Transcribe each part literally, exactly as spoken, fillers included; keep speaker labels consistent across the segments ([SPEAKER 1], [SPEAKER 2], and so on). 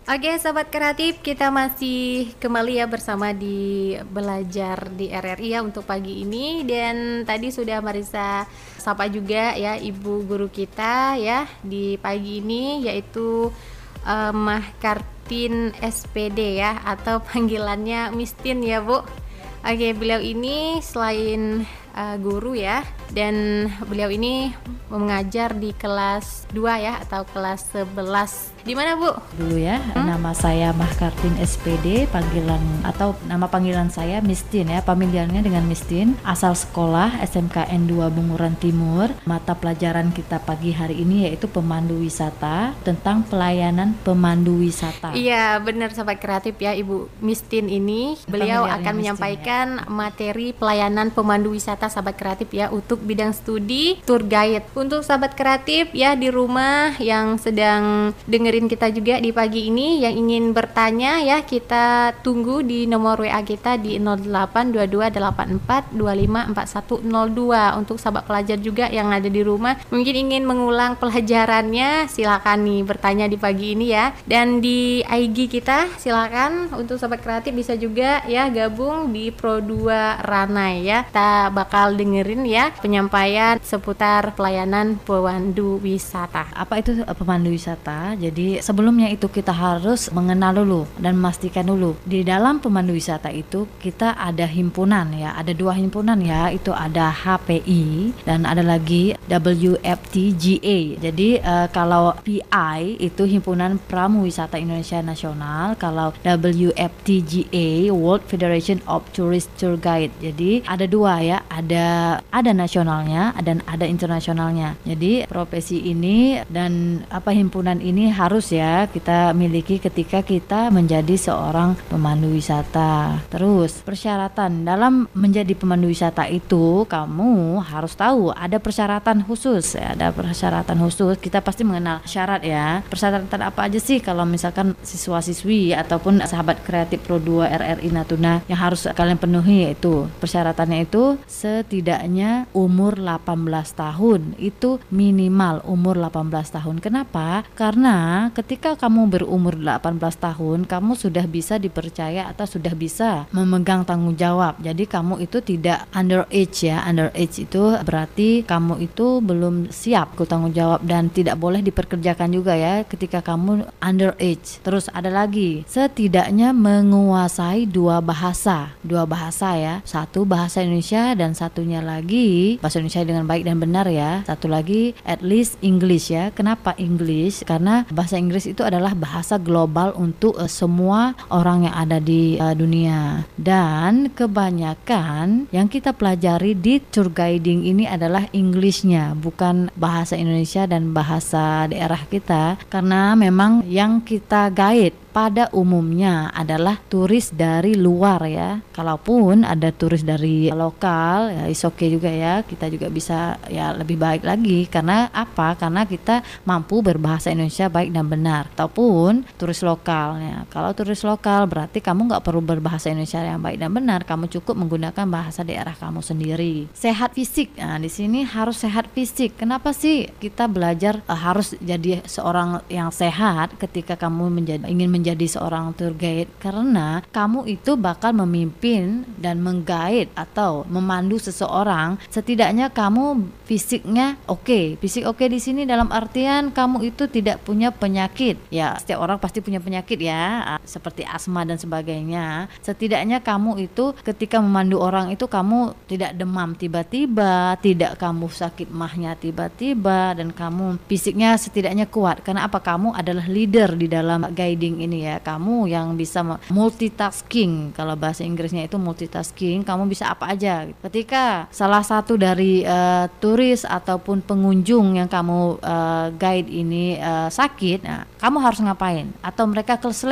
[SPEAKER 1] Oke, Sobat Kreatif, kita masih kembali ya bersama di Belajar di R R I ya untuk pagi ini. Dan tadi sudah Marisa sapa juga ya Ibu guru kita ya di pagi ini, yaitu uh, Mah Kartin S P D ya, atau panggilannya Miss Tin ya Bu. Oke, beliau ini selain uh, guru ya, dan beliau ini mengajar di kelas dua ya, atau kelas sebelas. Di mana Bu?
[SPEAKER 2] Dulu ya, hmm? nama saya Mah Kartin S P D, panggilan atau nama panggilan saya Miss Tin ya, panggilannya dengan Miss Tin. Asal sekolah S M K N dua Bunguran Timur. Mata pelajaran kita pagi hari ini yaitu pemandu wisata, tentang pelayanan pemandu wisata.
[SPEAKER 1] Iya, benar Sobat Kreatif ya, Ibu Miss Tin ini. Beliau akan menyampaikan ya. materi pelayanan pemandu wisata Sobat Kreatif ya, untuk bidang studi tour guide. Untuk Sobat Kreatif ya di rumah yang sedang dengerin kita juga di pagi ini, yang ingin bertanya ya, kita tunggu di nomor W A kita di nol delapan dua dua delapan empat dua lima empat satu nol dua. Untuk sahabat pelajar juga yang ada di rumah mungkin ingin mengulang pelajarannya, silakan nih bertanya di pagi ini ya. Dan di I G kita silakan untuk Sobat Kreatif bisa juga ya gabung di Pro dua Ranai ya. Kita bakal dengerin ya penyampaian seputar pelayanan pemandu wisata.
[SPEAKER 2] Apa itu pemandu wisata? Jadi sebelumnya itu kita harus mengenal dulu dan memastikan dulu di dalam pemandu wisata itu kita ada himpunan ya, ada dua himpunan ya, itu ada H P I dan ada lagi W F T G A. Jadi uh, kalau P I itu Himpunan Pramu Wisata Indonesia Nasional, kalau W F T G A World Federation of Tourist Tour Guide. Jadi ada dua ya, ada ada nasionalnya dan ada internasionalnya. Jadi profesi ini dan apa himpunan ini harus ya kita miliki ketika kita menjadi seorang pemandu wisata. Terus persyaratan dalam menjadi pemandu wisata itu kamu harus tahu ada persyaratan khusus ya, ada persyaratan khusus. Kita pasti mengenal syarat ya. Persyaratan apa aja sih kalau misalkan siswa-siswi ataupun sahabat kreatif Pro dua R R I Natuna yang harus kalian penuhi, yaitu persyaratannya itu setidaknya umur delapan belas tahun. Itu minimal umur delapan belas tahun. Kenapa? Karena ketika kamu berumur delapan belas tahun, kamu sudah bisa dipercaya atau sudah bisa memegang tanggung jawab. Jadi kamu itu tidak underage ya. Underage itu berarti kamu itu belum siap ke tanggung jawab dan tidak boleh diperkerjakan juga ya ketika kamu underage. Terus ada lagi, setidaknya menguasai dua bahasa. Dua bahasa ya. Satu bahasa Indonesia dan satunya lagi bahasa Indonesia dengan baik dan benar ya. Satu lagi at least English ya. Kenapa English? Karena bahasa Inggris itu adalah bahasa global untuk uh, semua orang yang ada di uh, dunia. Dan kebanyakan yang kita pelajari di tour guiding ini adalah Englishnya, bukan bahasa Indonesia dan bahasa daerah kita. Karena memang yang kita guide pada umumnya adalah turis dari luar ya. Kalaupun ada turis dari lokal ya is okay juga ya. Kita juga bisa ya lebih baik lagi. Karena apa? Karena kita mampu berbahasa Indonesia baik dan benar. Ataupun turis lokal ya. Kalau turis lokal berarti kamu gak perlu berbahasa Indonesia yang baik dan benar. Kamu cukup menggunakan bahasa daerah kamu sendiri. Sehat fisik. Nah, di sini harus sehat fisik. Kenapa sih kita belajar uh, harus jadi seorang yang sehat ketika kamu menjadi ingin menjadi menjadi seorang tour guide? Karena kamu itu bakal memimpin dan mengguide atau memandu seseorang. Setidaknya kamu fisiknya oke. Okay. Fisik oke okay di sini dalam artian kamu itu tidak punya penyakit. Ya, setiap orang pasti punya penyakit ya, seperti asma dan sebagainya. Setidaknya kamu itu ketika memandu orang itu kamu tidak demam tiba-tiba, tidak kamu sakit mahnya tiba-tiba, dan kamu fisiknya setidaknya kuat. Karena apa? Kamu adalah leader di dalam guiding ini ya. Kamu yang bisa multitasking. Kalau bahasa Inggrisnya itu multitasking. Kamu bisa apa aja. Ketika salah satu dari uh, turis ataupun pengunjung yang kamu uh, guide ini uh, sakit, nah, kamu harus ngapain? Atau mereka kesleo,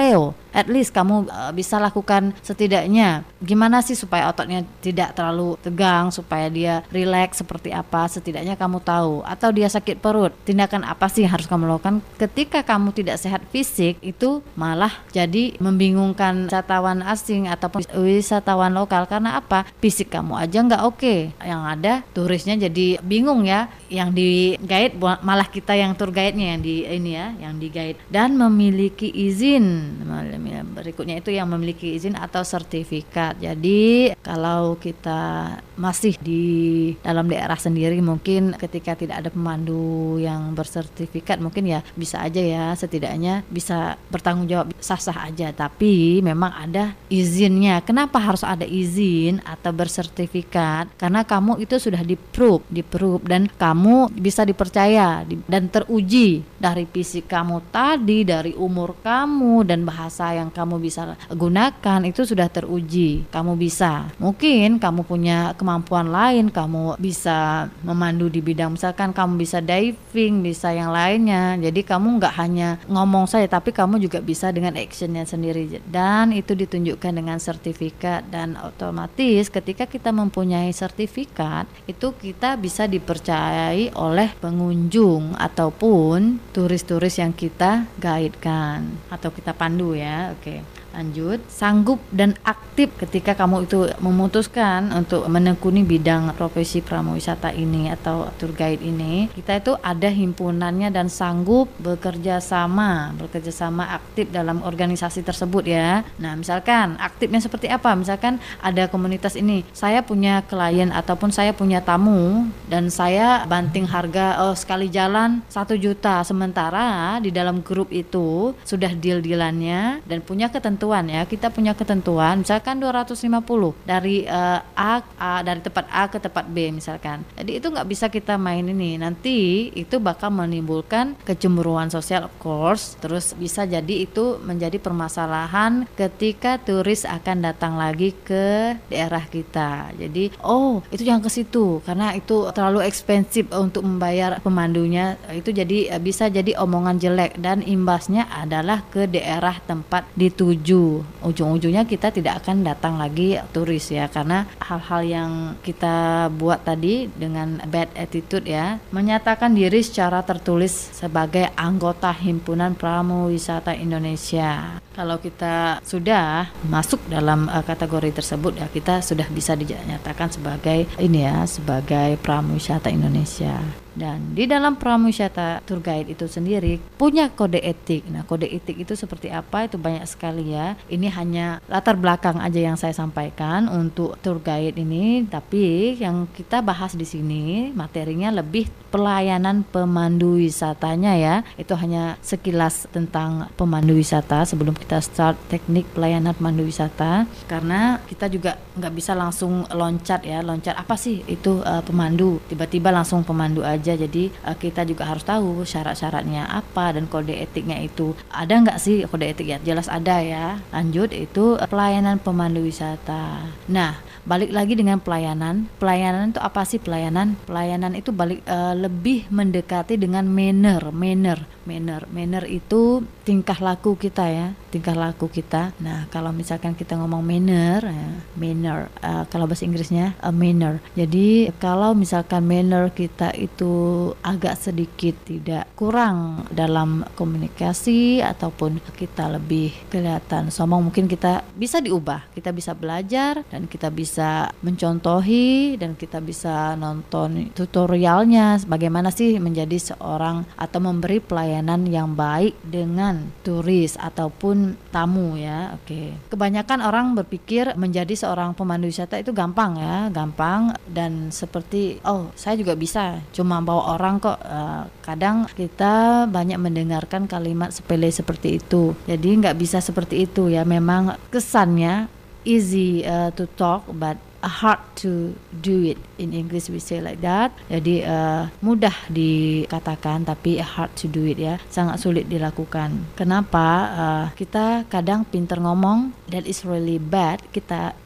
[SPEAKER 2] at least kamu uh, bisa lakukan setidaknya gimana sih supaya ototnya tidak terlalu tegang, supaya dia rileks seperti apa, setidaknya kamu tahu. Atau dia sakit perut, tindakan apa sih yang harus kamu lakukan. Ketika kamu tidak sehat fisik, itu malah jadi membingungkan wisatawan asing ataupun wisatawan lokal. Karena apa? Fisik kamu aja nggak oke, yang ada turisnya jadi bingung ya, yang di guide malah kita yang tour guide-nya yang di ini ya, yang di guide. Dan memiliki izin, berikutnya itu yang memiliki izin atau sertifikat. Jadi kalau kita masih di dalam daerah sendiri, mungkin ketika tidak ada pemandu yang bersertifikat, mungkin ya bisa aja ya, setidaknya bisa bertanggung jawab, sah-sah aja. Tapi memang ada izinnya. Kenapa harus ada izin atau bersertifikat? Karena kamu itu sudah di-prove, di-prove dan kamu bisa dipercaya di, dan teruji dari fisik kamu tadi, dari umur kamu dan bahasa yang kamu bisa gunakan itu sudah teruji. Kamu bisa. Mungkin kamu punya kemampuan lain, kamu bisa memandu di bidang, misalkan kamu bisa diving, bisa yang lainnya. Jadi kamu nggak hanya ngomong saja, tapi kamu juga bisa dengan actionnya sendiri. Dan itu ditunjukkan dengan sertifikat, dan otomatis ketika kita mempunyai sertifikat itu kita bisa dipercayai oleh pengunjung ataupun turis-turis yang kita guidekan atau kita pandu ya. Oke, lanjut. Sanggup dan aktif ketika kamu itu memutuskan untuk menekuni bidang profesi pramuwisata ini atau tour guide ini, kita itu ada himpunannya dan sanggup bekerja sama, bekerja sama aktif dalam organisasi tersebut ya. Nah, misalkan aktifnya seperti apa? Misalkan ada komunitas ini, saya punya klien ataupun saya punya tamu dan saya banting harga oh, sekali jalan satu juta, sementara di dalam grup itu sudah deal-dealannya dan punya ketentuan ya, kita punya ketentuan misalkan dua ratus lima puluh dari uh, A, A dari tempat A ke tempat B misalkan. Jadi itu nggak bisa kita main ini, nanti itu bakal menimbulkan kecemburuan sosial of course. Terus bisa jadi itu menjadi permasalahan ketika turis akan datang lagi ke daerah kita. Jadi oh itu jangan ke situ karena itu terlalu ekspensif untuk membayar pemandunya. Itu jadi bisa jadi omongan jelek dan imbasnya adalah ke daerah tempat dituju. Ujung-ujungnya kita tidak akan datang lagi turis ya, karena hal-hal yang kita buat tadi dengan bad attitude ya, menyatakan diri secara tertulis sebagai anggota Himpunan Pramuwisata Indonesia. Kalau kita sudah masuk dalam uh, kategori tersebut ya, kita sudah bisa dinyatakan sebagai ini ya, sebagai pramuwisata Indonesia. Dan di dalam pramuwisata tour guide itu sendiri punya kode etik. Nah, kode etik itu seperti apa? Itu banyak sekali ya. Ini hanya latar belakang aja yang saya sampaikan untuk tour guide ini, tapi yang kita bahas di sini materinya lebih pelayanan pemandu wisatanya ya. Itu hanya sekilas tentang pemandu wisata sebelum kita start teknik pelayanan pemandu wisata, karena kita juga nggak bisa langsung loncat ya, loncat apa sih itu uh, pemandu, tiba-tiba langsung pemandu aja. Jadi uh, kita juga harus tahu syarat-syaratnya apa dan kode etiknya itu ada nggak sih kode etik ya? Jelas ada ya. Lanjut, itu uh, pelayanan pemandu wisata. Nah, balik lagi dengan pelayanan. Pelayanan itu apa sih pelayanan? Pelayanan itu balik uh, lebih mendekati dengan manner, manner, manner, manner itu tingkah laku kita ya, tingkah laku kita. Nah, kalau misalkan kita ngomong manner, ya, manner, uh, kalau bahasa Inggrisnya uh, manner. Jadi kalau misalkan manner kita itu agak sedikit tidak kurang dalam komunikasi ataupun kita lebih kelihatan sombong, mungkin kita bisa diubah, kita bisa belajar dan kita bisa mencontohi dan kita bisa nonton tutorialnya bagaimana sih menjadi seorang atau memberi pelayanan yang baik dengan turis ataupun tamu ya. Oke. Kebanyakan orang berpikir menjadi seorang pemandu wisata itu gampang ya, gampang dan seperti oh saya juga bisa, cuma bawa orang kok. Uh, kadang kita banyak mendengarkan kalimat sepele seperti itu. Jadi nggak bisa seperti itu ya. Memang kesannya easy uh, to talk but hard to do it. In English we say like that. Jadi uh, mudah dikatakan tapi hard to do it ya, sangat sulit dilakukan. Kenapa? Uh, kita kadang pinter ngomong, that is really bad. Kita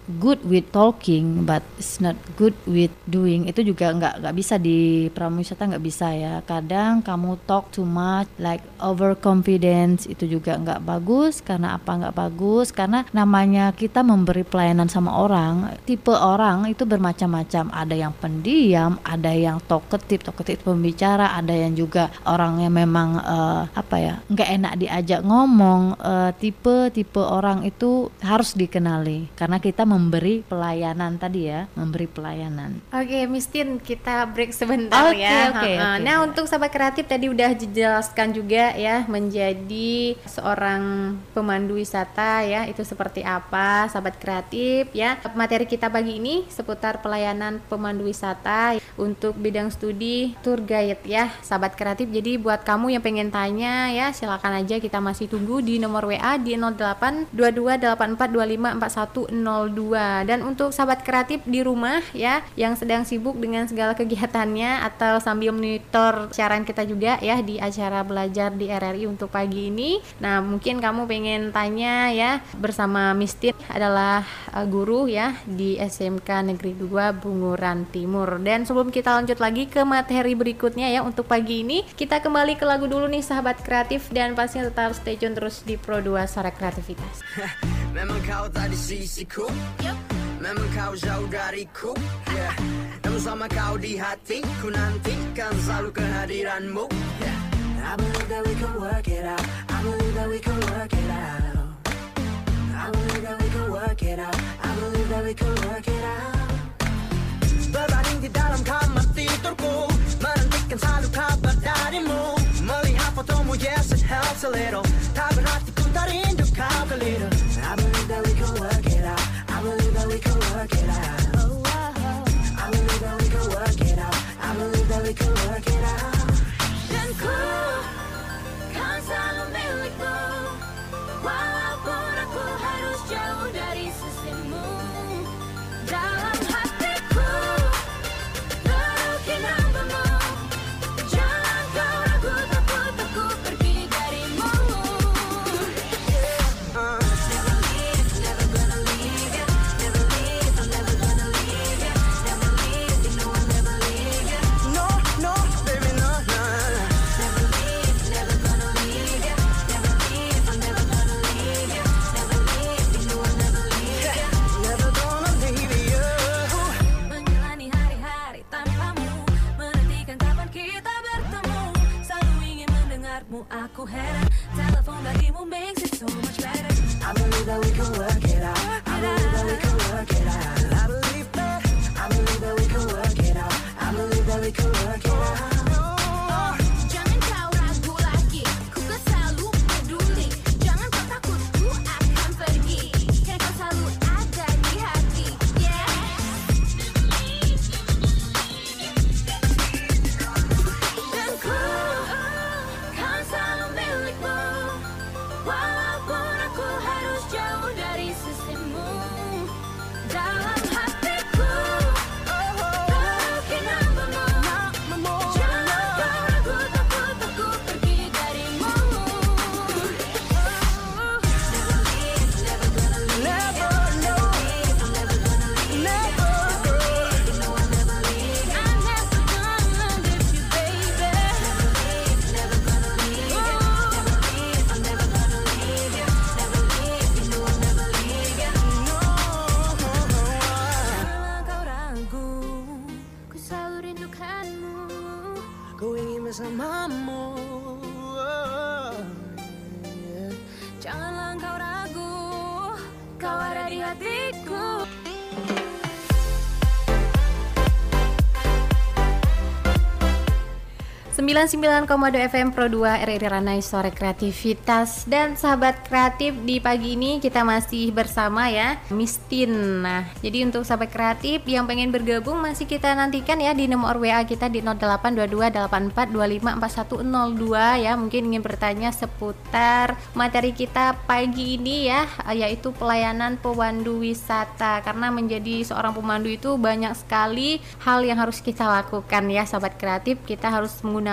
[SPEAKER 2] good with talking but it's not good with doing. Itu juga nggak nggak bisa di pramuwisata, nggak bisa ya. Kadang kamu talk too much like overconfidence, itu juga nggak bagus. Karena apa nggak bagus? Karena namanya kita memberi pelayanan sama orang, tipe orang itu bermacam-macam. Ada yang pendiam, ada yang talkative, talkative pembicara, ada yang juga orang yang memang uh, apa ya nggak enak diajak ngomong. Uh, tipe-tipe orang itu harus dikenali karena kita memberi pelayanan tadi ya, memberi pelayanan.
[SPEAKER 1] Oke, Miss Tin, kita break sebentar
[SPEAKER 2] okay,
[SPEAKER 1] ya.
[SPEAKER 2] Okay, okay.
[SPEAKER 1] Nah, untuk sahabat kreatif tadi udah dijelaskan juga ya, menjadi seorang pemandu wisata ya, itu seperti apa, sahabat kreatif ya. Materi kita pagi ini seputar pelayanan pemandu wisata untuk bidang studi tour guide ya, sahabat kreatif. Jadi buat kamu yang pengen tanya ya, silakan aja, kita masih tunggu di nomor W A di nol delapan dua dua delapan empat dua lima empat satu nol dua. Dan untuk sahabat kreatif di rumah ya, yang sedang sibuk dengan segala kegiatannya atau sambil monitor siaran kita juga ya di acara belajar di R R I untuk pagi ini. Nah, mungkin kamu pengen tanya ya, bersama Miss Tin adalah uh, guru ya di S M K Negeri dua Bunguran Timur. Dan sebelum kita lanjut lagi ke materi berikutnya ya, untuk pagi ini kita kembali ke lagu dulu nih sahabat kreatif, dan pastinya tetap stay tune terus di Pro dua Suara Kreativitas.
[SPEAKER 3] Memang kau tak di sisiku, yep. Memang kau jauh dariku, yeah. Namun sama kau di hatiku, nantikan selalu kehadiranmu, yeah. I believe that we can work it out, I believe that we can work it out, I believe that we can work it out, I believe that we can work it out. Berbaring di dalam kamar tidurku, menantikan selalu kabar darimu. Melihat fotomu, yes it helps a little. Tak berarti ku tak rindu kau ke little. I believe that we can work it out, I believe that we can work it out, I believe that we can work it out, I believe that we can work it out. Dan ku kan selalu milikmu, walaupun aku harus jauh dari sisimu. Dalam hatiku terukir namamu, jangan kau ragu, takut aku pergi darimu. uh. Never leave, never gonna leave you, never leave, I'm never gonna leave you, never leave, you know I'll never leave you. No, no, baby, no, no. Never leave, never gonna leave you, never leave, I'm never gonna leave you, never leave, you know I'll never leave you, never gonna leave you. Menjalani hari-hari tanpamu, menantikan kapan kita bertemu, selalu ingin mendengarmu, aku heran, telepon bagimu makes it so much better. I believe that we can work it out, I believe that we can work it out, I believe that, I believe that we can work it out, I believe that we can work it out. Jangan kau ragu lagi, ku kan selalu peduli, jangan kau takut, ku akan pergi, kan kau selalu ada di hati, yeah. Dan ku kan selalu milikmu, walaupun aku harus jauh dari sisimu. Dalam hatiku terukir namamu, jangan kau ragu, takut aku pergi darimu. Never leave, never gonna leave, never, no, I'm never gonna leave, never, you know I'll never leave, I'm never gonna leave you, baby. Never leave, never gonna leave, never leave, I'm never gonna leave you, never leave, you know I'll never leave you. Jangan kau ragu, ku selalu rindukanmu, ku ingin bersamamu. Janganlah kau ragu, kau ada di hatiku.
[SPEAKER 1] sembilan puluh sembilan koma dua F M Pro dua R R I Ranai Sore Kreativitas. Dan sahabat kreatif, di pagi ini kita masih bersama ya Miss Tin. Nah, jadi untuk sahabat kreatif yang pengen bergabung masih kita nantikan ya di nomor W A kita di nol delapan dua dua delapan empat dua lima empat satu nol dua ya. Mungkin ingin bertanya seputar materi kita pagi ini ya, yaitu pelayanan pemandu wisata. Karena menjadi seorang pemandu itu banyak sekali hal yang harus kita lakukan ya sahabat kreatif. Kita harus menggunakan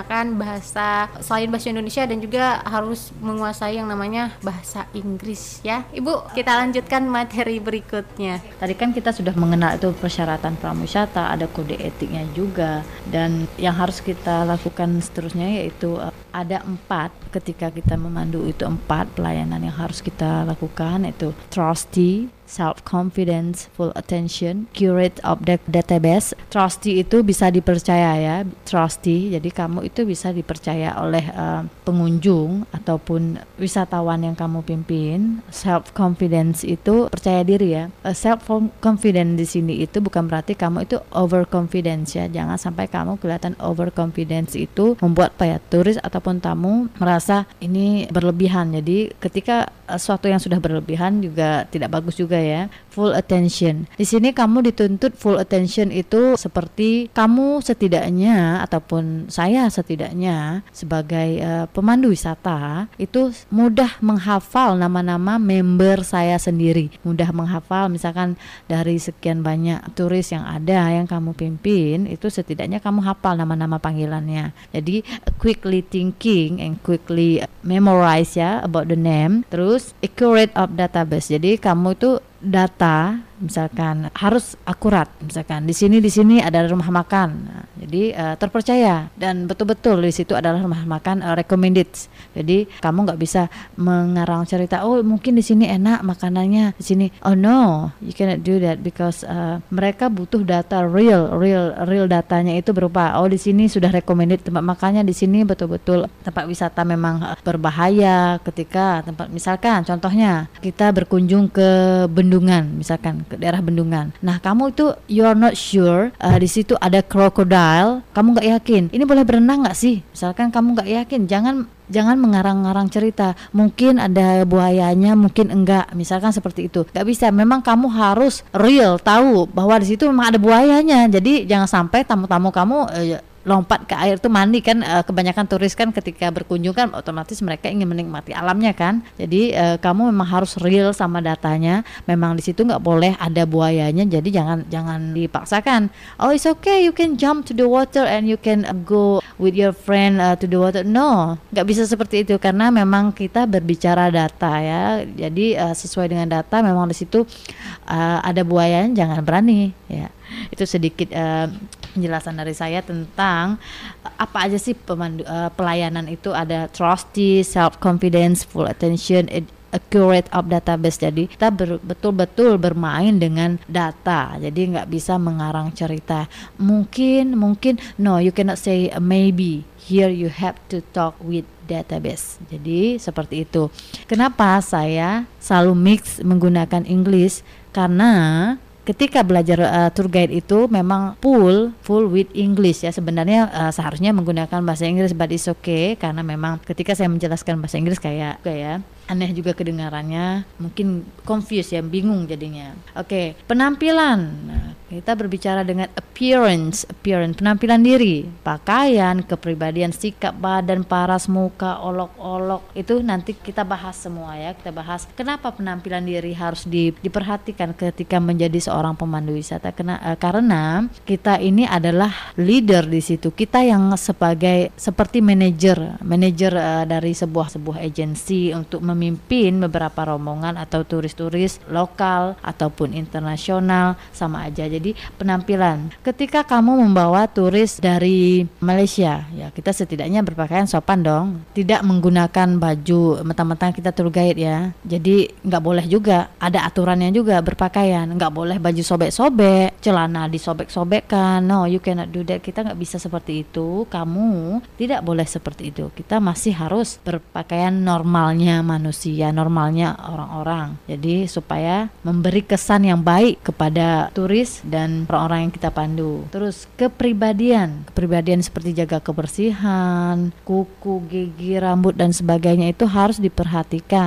[SPEAKER 1] menggunakan bahasa selain bahasa Indonesia dan juga harus menguasai yang namanya bahasa Inggris ya. Ibu, kita lanjutkan materi berikutnya.
[SPEAKER 2] Tadi kan kita sudah mengenal itu persyaratan pramuwisata, ada kode etiknya juga, dan yang harus kita lakukan seterusnya yaitu uh, ada empat ketika kita memandu, itu empat pelayanan yang harus kita lakukan, itu trustee, self-confidence, full attention, curate of the database. Trustee itu bisa dipercaya ya, trustee. Jadi kamu itu bisa dipercaya oleh uh, pengunjung ataupun wisatawan yang kamu pimpin. Self-confidence itu percaya diri ya. Uh, self-confidence di sini itu bukan berarti kamu itu overconfidence ya. Jangan sampai kamu kelihatan overconfidence, itu membuat apa ya, turis ataupun tamu merasa ini berlebihan. Jadi ketika uh, sesuatu yang sudah berlebihan juga tidak bagus juga ya. Full attention. Di sini kamu dituntut full attention itu seperti kamu setidaknya ataupun saya setidaknya sebagai uh, pemandu wisata itu mudah menghafal nama-nama member saya sendiri. Mudah menghafal misalkan dari sekian banyak turis yang ada yang kamu pimpin, itu setidaknya kamu hafal nama-nama panggilannya. Jadi quickly thinking and quickly memorize ya about the name. Terus accurate of database. Jadi kamu itu data misalkan harus akurat, misalkan di sini di sini ada rumah makan, nah, jadi uh, terpercaya dan betul-betul di situ adalah rumah makan uh, recommended. Jadi kamu nggak bisa mengarang cerita, oh mungkin di sini enak makanannya, di sini oh no, you cannot do that because uh, mereka butuh data real, real, real datanya itu berupa oh di sini sudah recommended tempat makannya, di sini betul-betul tempat wisata memang uh, berbahaya ketika tempat misalkan contohnya kita berkunjung ke Bendungan misalkan ke daerah Bendungan. Nah, kamu itu you are not sure uh, di situ ada crocodile, kamu nggak yakin. Ini boleh berenang nggak sih? Misalkan kamu nggak yakin, jangan jangan mengarang-ngarang cerita. Mungkin ada buayanya, mungkin enggak. Misalkan seperti itu. Nggak bisa. Memang kamu harus real tahu bahwa di situ memang ada buayanya. Jadi jangan sampai tamu-tamu kamu uh, lompat ke air tuh mandi kan, e, kebanyakan turis kan ketika berkunjung kan otomatis mereka ingin menikmati alamnya kan. Jadi e, kamu memang harus real sama datanya. Memang di situ nggak boleh ada buayanya. Jadi jangan jangan dipaksakan. Oh it's okay, you can jump to the water and you can uh, go with your friend uh, to the water. No, nggak bisa seperti itu karena memang kita berbicara data ya. Jadi uh, sesuai dengan data memang di situ uh, ada buayanya, jangan berani ya. Itu sedikit uh, penjelasan dari saya tentang uh, apa aja sih pemandu, uh, pelayanan itu. Ada trusty, self-confidence, full attention, ed- accurate of database. Jadi kita ber, betul-betul bermain dengan data. Jadi nggak bisa mengarang cerita. Mungkin, mungkin, no, you cannot say uh, maybe. Here you have to talk with database. Jadi seperti itu. Kenapa saya selalu mix menggunakan English? Karena ketika belajar uh, tour guide itu memang full full with English ya. Sebenarnya uh, seharusnya menggunakan bahasa Inggris, but it's okay karena memang ketika saya menjelaskan bahasa Inggris kayak kayak aneh juga kedengarannya, mungkin confused ya, bingung jadinya. Oke, okay, penampilan. Nah, kita berbicara dengan appearance, appearance, penampilan diri, pakaian, kepribadian, sikap badan, paras muka, olok-olok, itu nanti kita bahas semua ya. Kita bahas kenapa penampilan diri harus di, diperhatikan ketika menjadi seorang pemandu wisata. Kena, uh, karena kita ini adalah leader di situ. Kita yang sebagai seperti manajer, manajer uh, dari sebuah sebuah agensi untuk memimpin beberapa rombongan atau turis-turis lokal ataupun internasional, sama aja. Jadi penampilan ketika kamu membawa turis dari Malaysia ya, kita setidaknya berpakaian sopan dong, tidak menggunakan baju mentang-mentang kita tour guide ya. Jadi nggak boleh juga, ada aturannya juga berpakaian, nggak boleh baju sobek-sobek, celana disobek-sobekkan, no, you cannot do that. Kita nggak bisa seperti itu, kamu tidak boleh seperti itu. Kita masih harus berpakaian normalnya manusia, normalnya orang-orang. Jadi supaya memberi kesan yang baik kepada turis dan orang-orang yang kita pandu. Terus kepribadian, kepribadian seperti jaga kebersihan, kuku, gigi, rambut dan sebagainya itu harus diperhatikan.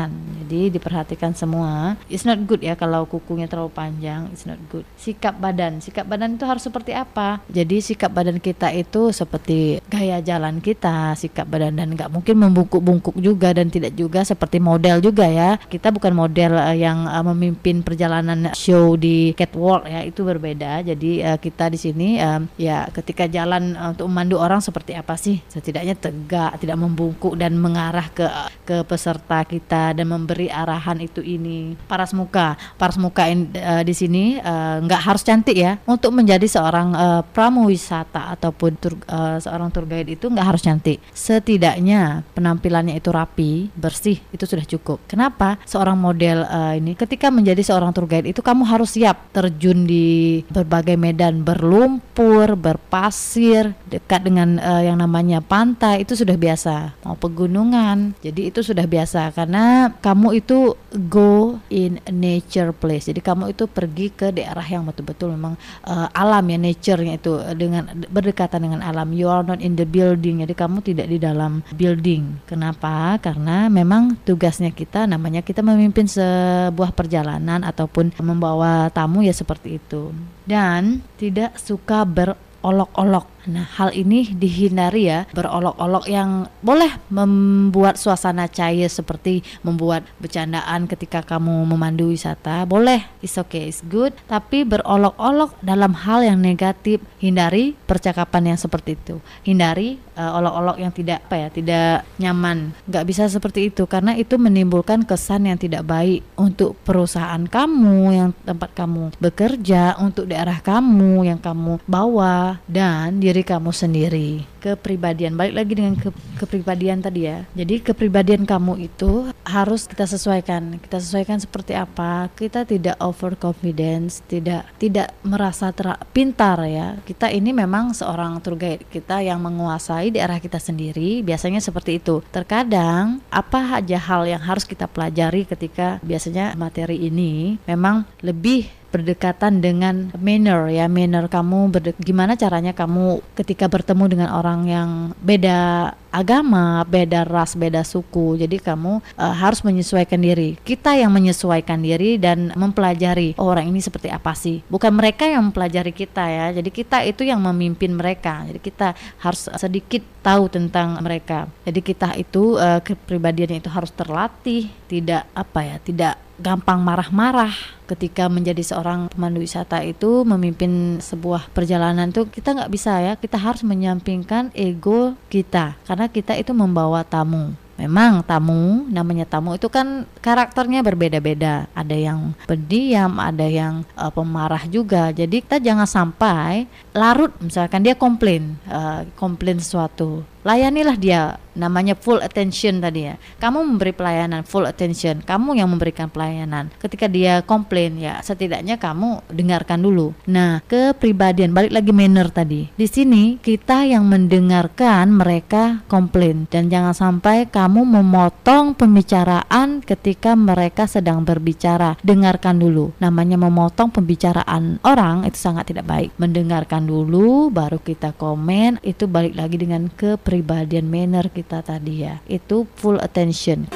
[SPEAKER 2] Jadi diperhatikan semua. It's not good ya kalau kukunya terlalu panjang. It's not good. Sikap badan, sikap badan itu harus seperti apa? Jadi sikap badan kita itu seperti gaya jalan kita, sikap badan, dan nggak mungkin membungkuk-bungkuk juga, dan tidak juga seperti model juga ya. Kita bukan model uh, yang uh, memimpin perjalanan show di catwalk ya, itu berbeda. Jadi uh, kita di sini um, ya ketika jalan uh, untuk memandu orang seperti apa sih? Setidaknya tegak, tidak membungkuk dan mengarah ke ke peserta kita dan memberi arahan itu ini. Paras muka, paras muka in, uh, di sini uh, nggak harus cantik ya. Untuk menjadi seorang uh, pramu wisata ataupun tur, uh, seorang tour guide itu nggak harus cantik. Setidaknya penampilannya itu rapi, bersih, itu sudah cukup. Kenapa? Seorang model uh, ini ketika menjadi seorang tour guide itu kamu harus siap terjun di berbagai medan berlumpur, berpasir, dekat dengan uh, yang namanya pantai, itu sudah biasa. Mau pegunungan, jadi itu sudah biasa karena kamu itu go in nature place. Jadi kamu itu pergi ke daerah yang betul-betul memang uh, alam ya, nature-nya itu uh, dengan berdekatan dengan alam. You are not in the building. Jadi kamu tidak di dalam building. Kenapa? Karena memang tugasnya kita namanya kita memimpin sebuah perjalanan ataupun membawa tamu ya seperti itu. Dan tidak suka berolok-olok. Nah, hal ini dihindari ya, berolok-olok yang boleh membuat suasana cair seperti membuat bercandaan ketika kamu memandu wisata, boleh, it's okay, it's good. Tapi berolok-olok dalam hal yang negatif, hindari percakapan yang seperti itu. Hindari uh, olok-olok yang tidak apa ya, tidak nyaman. Nggak bisa seperti itu karena itu menimbulkan kesan yang tidak baik untuk perusahaan kamu, yang tempat kamu bekerja, untuk daerah kamu yang kamu bawa, dan diri kamu sendiri. Kepribadian, balik lagi dengan ke, kepribadian tadi ya. Jadi kepribadian kamu itu harus kita sesuaikan. Kita sesuaikan seperti apa? Kita tidak over confidence, tidak tidak merasa ter, pintar ya. Kita ini memang seorang tour guide, kita yang menguasai daerah kita sendiri. Biasanya seperti itu. Terkadang apa aja hal yang harus kita pelajari ketika biasanya materi ini memang lebih berdekatan dengan manner ya, manner kamu berde- gimana caranya kamu ketika bertemu dengan orang yang beda agama, beda ras, beda suku. Jadi kamu uh, harus menyesuaikan diri. Kita yang menyesuaikan diri dan mempelajari oh, orang ini seperti apa sih. Bukan mereka yang mempelajari kita ya. Jadi kita itu yang memimpin mereka. Jadi kita harus sedikit tahu tentang mereka. Jadi kita itu uh, kepribadiannya itu harus terlatih, tidak apa ya, tidak gampang marah-marah ketika menjadi seorang pemandu wisata itu memimpin sebuah perjalanan tuh kita nggak bisa ya, kita harus menyampingkan ego kita karena kita itu membawa tamu. Memang tamu, namanya tamu itu kan karakternya berbeda-beda. Ada yang pendiam, ada yang uh, pemarah juga. Jadi kita jangan sampai larut, misalkan dia komplain, uh, komplain sesuatu. Layanilah dia, namanya full attention tadi ya. Kamu memberi pelayanan full attention, kamu yang memberikan pelayanan. Ketika dia komplain ya setidaknya kamu dengarkan dulu. Nah, kepribadian, balik lagi manner tadi. Di sini kita yang mendengarkan mereka komplain dan jangan sampai kamu memotong pembicaraan ketika mereka sedang berbicara. Dengarkan dulu. Namanya memotong pembicaraan orang itu sangat tidak baik. Mendengarkan dulu baru kita komen, itu balik lagi dengan kepribadian manner kita tadi ya. Itu full attention.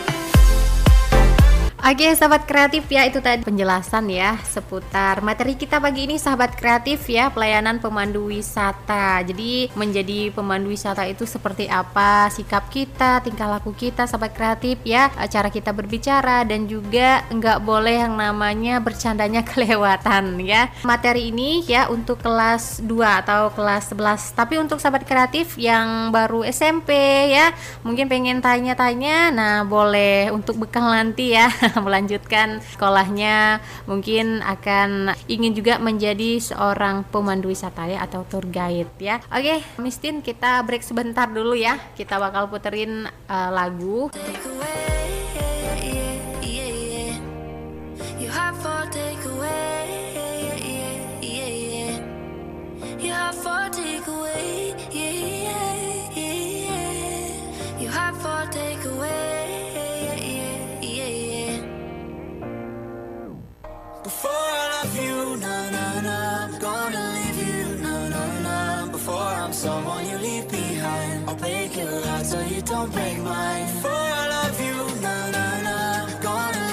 [SPEAKER 1] Oke sahabat kreatif ya, itu tadi penjelasan ya seputar materi kita pagi ini sahabat kreatif ya, pelayanan pemandu wisata. Jadi menjadi pemandu wisata itu seperti apa, sikap kita, tingkah laku kita sahabat kreatif ya, cara kita berbicara dan juga nggak boleh yang namanya bercandanya kelewatan ya. Materi ini ya untuk kelas dua atau kelas sebelas, tapi untuk sahabat kreatif yang baru S M P ya, mungkin pengen tanya-tanya, nah boleh untuk bekal nanti ya melanjutkan sekolahnya, mungkin akan ingin juga menjadi seorang pemandu wisata ya atau tour guide ya. Oke, Miss Tin, kita break sebentar dulu ya. Kita bakal puterin uh, lagu.
[SPEAKER 3] Before I love you, na na na, I'm gonna leave you, na na na. Before I'm someone you leave behind, I'll break your heart so you don't break mine. Before I love you, na na na, I'm gonna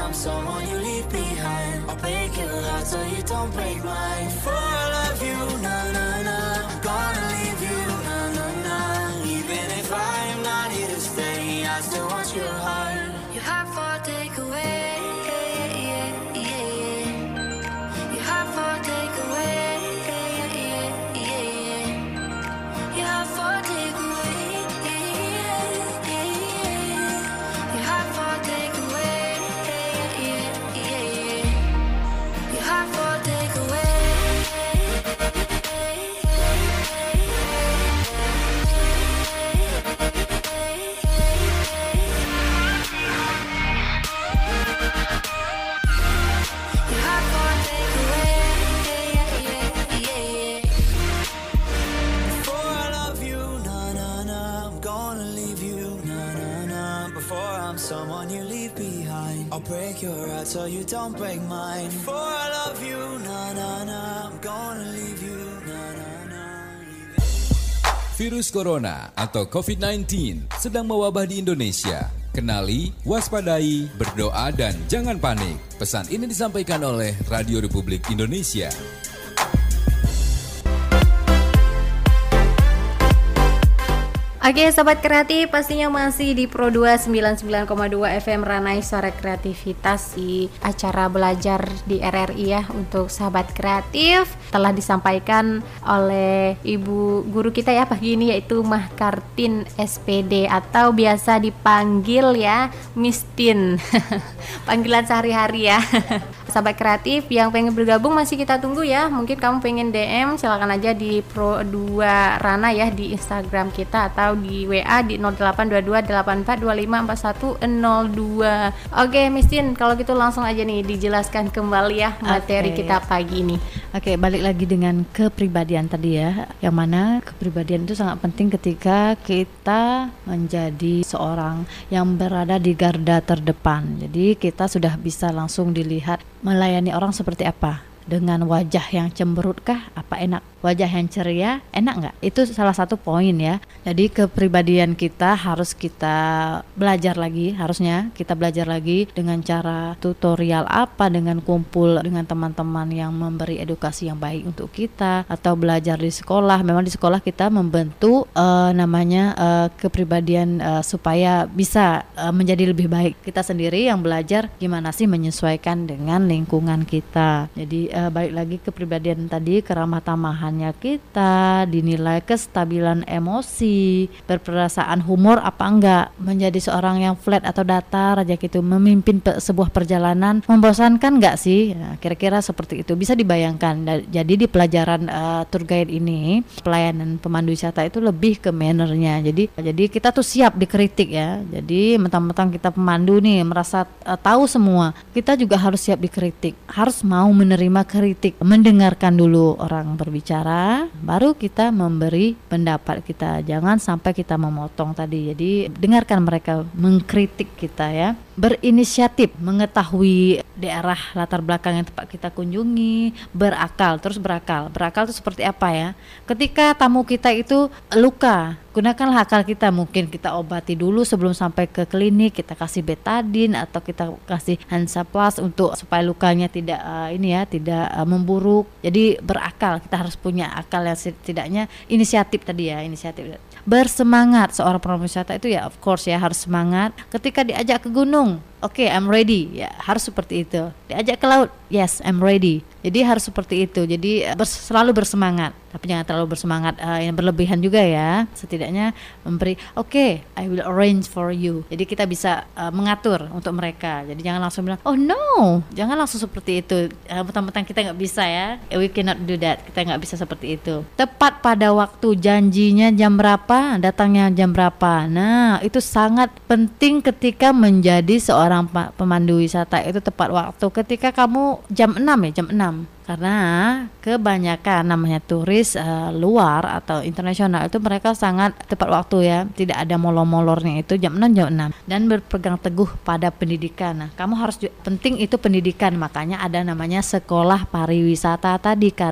[SPEAKER 3] I'm someone you leave behind. I'll break your heart so you don't break mine. Before I love you, nah, nah, nah, I'm gonna leave you, nah, nah, nah. Even if I'm not here to stay, I still want your heart.
[SPEAKER 4] Your heart for takeaway, yeah, yeah, yeah, yeah. Your heart for takeaway, yeah, yeah, yeah, yeah. Your heart for takeaway, yeah, yeah, yeah. Your heart for takeaway, yeah, yeah, yeah, yeah. Your heart for takeaway.
[SPEAKER 3] Someone you leave behind. I'll break your heart so you don't break mine. Before I love you, nah, nah, nah, I'm gonna leave you, nah, nah, nah.
[SPEAKER 5] Virus Corona atau covid sembilan belas sedang mewabah di Indonesia. Kenali, waspadai, berdoa, dan jangan panik. Pesan ini disampaikan oleh Radio Republik Indonesia.
[SPEAKER 1] Oke Sobat Kreatif, pastinya masih di Pro dua sembilan puluh sembilan koma dua F M Ranai Suara Kreativitas di acara belajar di R R I ya. Untuk Sahabat Kreatif telah disampaikan oleh Ibu Guru kita ya pagi ini, yaitu Mah Kartin S P D atau biasa dipanggil ya Miss Tin. Panggilan sehari-hari ya. Sahabat Kreatif yang pengen bergabung masih kita tunggu ya. Mungkin kamu pengen D M, silakan aja di Pro dua Rana ya di Instagram kita atau di W A di nol delapan dua dua delapan empat dua lima empat satu nol dua. Oke Miss Tin, kalau gitu langsung aja nih dijelaskan kembali ya materi okay, kita pagi ini.
[SPEAKER 2] Oke, balik lagi dengan kepribadian tadi ya. Yang mana kepribadian itu sangat penting ketika kita menjadi seorang yang berada di garda terdepan. Jadi kita sudah bisa langsung dilihat melayani orang seperti apa. Dengan wajah yang cemberut kah? Apa enak? Wajah yang ceria, enak nggak? Itu salah satu poin ya. Jadi kepribadian kita harus kita belajar lagi, harusnya kita belajar lagi dengan cara tutorial apa, dengan kumpul dengan teman-teman yang memberi edukasi yang baik untuk kita, atau belajar di sekolah. Memang di sekolah kita membentuk uh, namanya uh, kepribadian uh, supaya bisa uh, menjadi lebih baik. Kita sendiri yang belajar gimana sih menyesuaikan dengan lingkungan kita. Jadi uh, balik lagi kepribadian tadi, keramah tamahannya kita, dinilai kestabilan emosi, berperasaan humor apa enggak, menjadi seorang yang flat atau datar aja gitu, memimpin pe- sebuah perjalanan membosankan enggak sih? Nah, kira-kira seperti itu bisa dibayangkan. Jadi di pelajaran uh, tour guide ini, pelayanan pemandu wisata itu lebih ke mannernya. Jadi jadi kita tuh siap dikritik ya. Jadi mentang-mentang kita pemandu nih merasa uh, tahu semua, kita juga harus siap dikritik, harus mau menerima kritik, mendengarkan dulu orang berbicara, baru kita memberi pendapat kita. Jangan sampai kita memotong tadi. Jadi dengarkan mereka mengkritik kita ya. Berinisiatif, mengetahui daerah latar belakang yang tempat kita kunjungi, berakal, terus berakal. Berakal itu seperti apa ya? Ketika tamu kita itu luka, gunakanlah akal kita. Mungkin kita obati dulu sebelum sampai ke klinik, kita kasih betadine atau kita kasih Hansaplast untuk supaya lukanya tidak uh, ini ya, tidak uh, memburuk. Jadi berakal, kita harus punya akal yang setidaknya inisiatif tadi ya, inisiatif. Bersemangat, seorang pemandu wisata itu ya of course ya harus semangat. Ketika diajak ke gunung, oke, okay, I'm ready. Ya, harus seperti itu. Diajak ke laut, yes, I'm ready. Jadi harus seperti itu. Jadi bers- selalu bersemangat. Tapi jangan terlalu bersemangat uh, yang berlebihan juga ya. Setidaknya memberi, oke, okay, I will arrange for you. Jadi kita bisa uh, mengatur untuk mereka. Jadi jangan langsung bilang, oh no, jangan langsung seperti itu. Uh, mentang-mentang kita nggak bisa ya. We cannot do that. Kita nggak bisa seperti itu. Tepat pada waktu, janjinya jam berapa, datangnya jam berapa. Nah, itu sangat penting ketika menjadi seorang pemandu wisata. Itu tepat waktu. Ketika kamu jam enam ya, jam enam. Karena kebanyakan namanya turis uh, luar atau internasional itu mereka sangat tepat waktu ya, tidak ada molor-molornya, itu jam enam jam enam, dan berpegang teguh pada pendidikan. Nah, kamu harus ju- penting itu pendidikan, makanya ada namanya sekolah pariwisata tadi, karena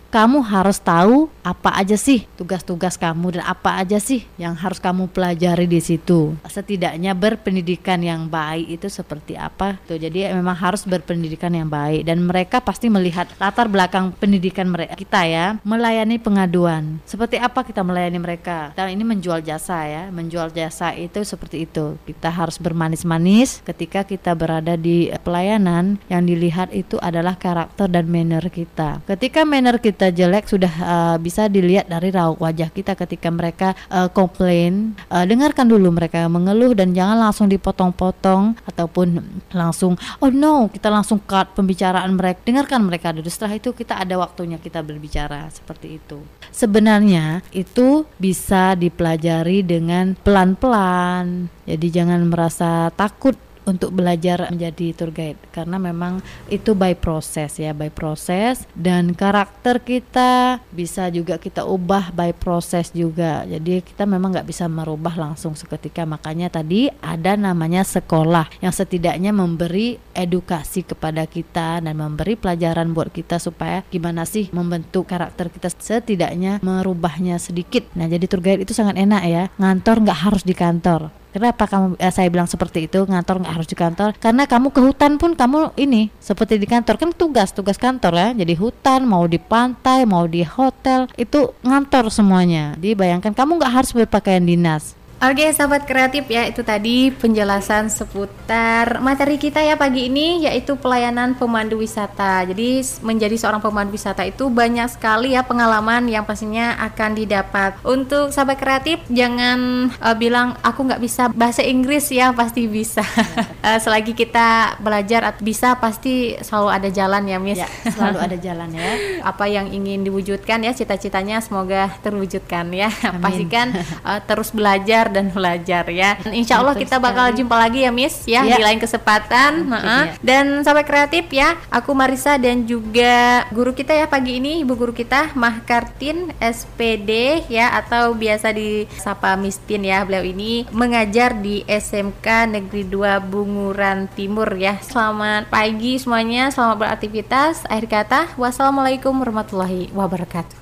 [SPEAKER 2] kamu harus tahu apa aja sih tugas-tugas kamu dan apa aja sih yang harus kamu pelajari di situ. Setidaknya berpendidikan yang baik itu seperti apa tuh. Jadi memang harus berpendidikan yang baik dan mereka pasti melihat latar belakang pendidikan mereka kita ya. Melayani pengaduan. Seperti apa kita melayani mereka? Kita ini menjual jasa ya. Menjual jasa itu seperti itu. Kita harus bermanis-manis ketika kita berada di pelayanan. Yang dilihat itu adalah karakter dan manner kita. Ketika manner kita jelek sudah uh, bisa dilihat dari raut wajah kita ketika mereka uh, komplain. Uh, dengarkan dulu mereka mengeluh dan jangan langsung dipotong-potong ataupun langsung oh no kita langsung cut pembicaraan mereka. Dengarkan mereka dulu. Setelah itu kita ada waktunya kita berbicara seperti itu. Sebenarnya itu bisa dipelajari dengan pelan-pelan. Jadi jangan merasa takut untuk belajar menjadi tour guide karena memang itu by proses ya, by proses dan karakter kita bisa juga kita ubah by proses juga. Jadi kita memang nggak bisa merubah langsung seketika. Makanya tadi ada namanya sekolah yang setidaknya memberi edukasi kepada kita dan memberi pelajaran buat kita supaya gimana sih membentuk karakter kita, setidaknya merubahnya sedikit. Nah jadi tour guide itu sangat enak ya, ngantor nggak harus di kantor. Kenapa kamu eh, saya bilang seperti itu, ngantor nggak harus di kantor? Karena kamu ke hutan pun kamu ini seperti di kantor kan, tugas tugas kantor ya. Jadi hutan mau di pantai mau di hotel itu ngantor semuanya. Jadi bayangkan kamu nggak harus berpakaian dinas.
[SPEAKER 1] Oke sahabat kreatif ya, itu tadi penjelasan seputar materi kita ya pagi ini, yaitu pelayanan pemandu wisata. Jadi menjadi seorang pemandu wisata itu banyak sekali ya pengalaman yang pastinya akan didapat. Untuk sahabat kreatif jangan uh, bilang aku nggak bisa bahasa Inggris ya, pasti bisa. uh, selagi kita belajar bisa, pasti selalu ada jalan ya Miss.
[SPEAKER 2] Ya, selalu ada jalan ya.
[SPEAKER 1] Apa yang ingin diwujudkan ya, cita-citanya semoga terwujudkan ya.
[SPEAKER 2] Amin.
[SPEAKER 1] Pastikan uh, terus belajar dan belajar ya. Insya Allah kita bakal jumpa lagi ya Miss ya, ya. di lain kesempatan.
[SPEAKER 2] Okay, ya.
[SPEAKER 1] Dan sahabat kreatif ya, aku Marisa dan juga guru kita ya pagi ini, ibu guru kita Mahkartin S P D ya, atau biasa disapa Miss Tin ya. Beliau ini mengajar di S M K Negeri dua Bunguran Timur ya. Selamat pagi semuanya, selamat beraktivitas. Akhir kata, wassalamualaikum warahmatullahi wabarakatuh.